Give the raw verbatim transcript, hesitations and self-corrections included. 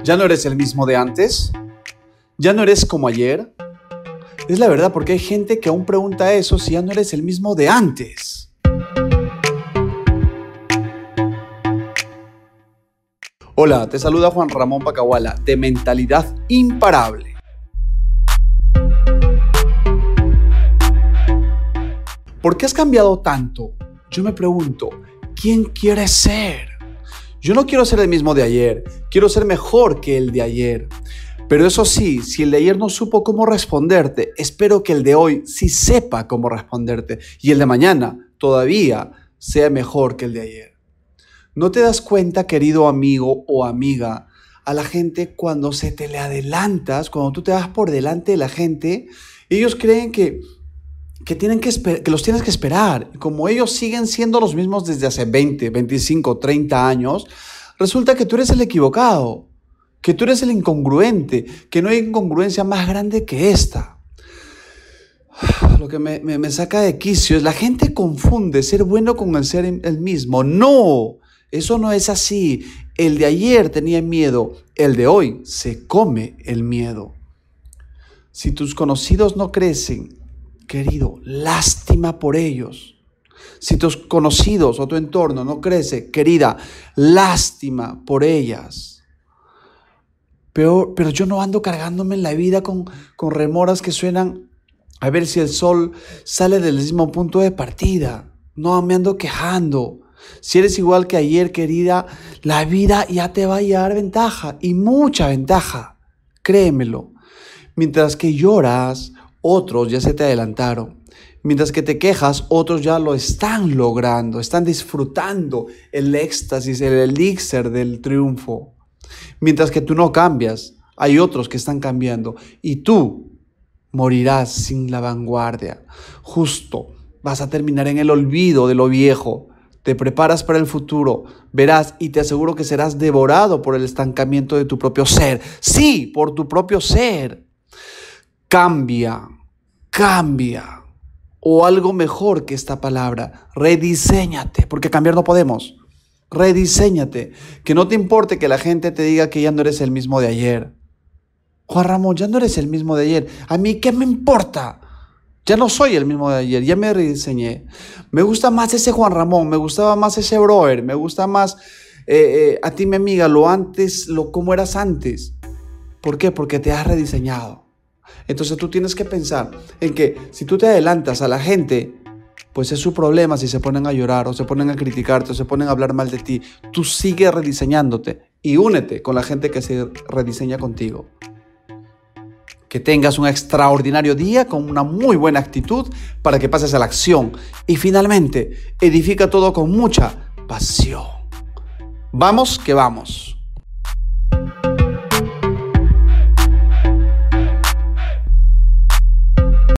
¿Ya no eres el mismo de antes? ¿Ya no eres como ayer? Es la verdad, porque hay gente que aún pregunta eso si ya no eres el mismo de antes. Hola, te saluda Juan Ramón Pacahuala, de Mentalidad Imparable. ¿Por qué has cambiado tanto? Yo me pregunto, ¿quién quieres ser? Yo no quiero ser el mismo de ayer, quiero ser mejor que el de ayer. Pero eso sí, si el de ayer no supo cómo responderte, espero que el de hoy sí sepa cómo responderte y el de mañana todavía sea mejor que el de ayer. ¿No te das cuenta, querido amigo o amiga, a la gente cuando se te le adelantas, cuando tú te vas por delante de la gente, ellos creen que, que, tienen que, esper- que los tienes que esperar? Como ellos siguen siendo los mismos desde hace veinte, veinticinco, treinta años, resulta que tú eres el equivocado, que tú eres el incongruente, que no hay incongruencia más grande que esta. Lo que me, me, me saca de quicio es la gente confunde ser bueno con el ser el mismo. No, eso no es así. El de ayer tenía miedo, el de hoy se come el miedo. Si tus conocidos no crecen, querido, lástima por ellos. Si tus conocidos o tu entorno no crece, querida, lástima por ellas. Pero, pero yo no ando cargándome en la vida con, con remoras que suenan a ver si el sol sale del mismo punto de partida. No me ando quejando. Si eres igual que ayer, querida, la vida ya te va a llevar ventaja y mucha ventaja. Créemelo. Mientras que lloras, otros ya se te adelantaron. Mientras que te quejas, otros ya lo están logrando, están disfrutando el éxtasis, el elixir del triunfo. Mientras que tú no cambias, hay otros que están cambiando y tú morirás sin la vanguardia. Justo vas a terminar en el olvido de lo viejo. Te preparas para el futuro, verás y te aseguro que serás devorado por el estancamiento de tu propio ser. Sí, por tu propio ser. Cambia, cambia. O algo mejor que esta palabra, rediséñate, porque cambiar no podemos. Rediséñate, que no te importe que la gente te diga que ya no eres el mismo de ayer. Juan Ramón, ya no eres el mismo de ayer. ¿A mí qué me importa? Ya no soy el mismo de ayer, ya me rediseñé. Me gusta más ese Juan Ramón, me gustaba más ese brother, me gusta más eh, eh, a ti, mi amiga, lo antes, lo como eras antes. ¿Por qué? Porque te has rediseñado. Entonces tú tienes que pensar en que si tú te adelantas a la gente, pues es su problema si se ponen a llorar o se ponen a criticarte o se ponen a hablar mal de ti. Tú sigue rediseñándote y únete con la gente que se rediseña contigo. Que tengas un extraordinario día con una muy buena actitud para que pases a la acción. Y finalmente, edifica todo con mucha pasión. Vamos que vamos.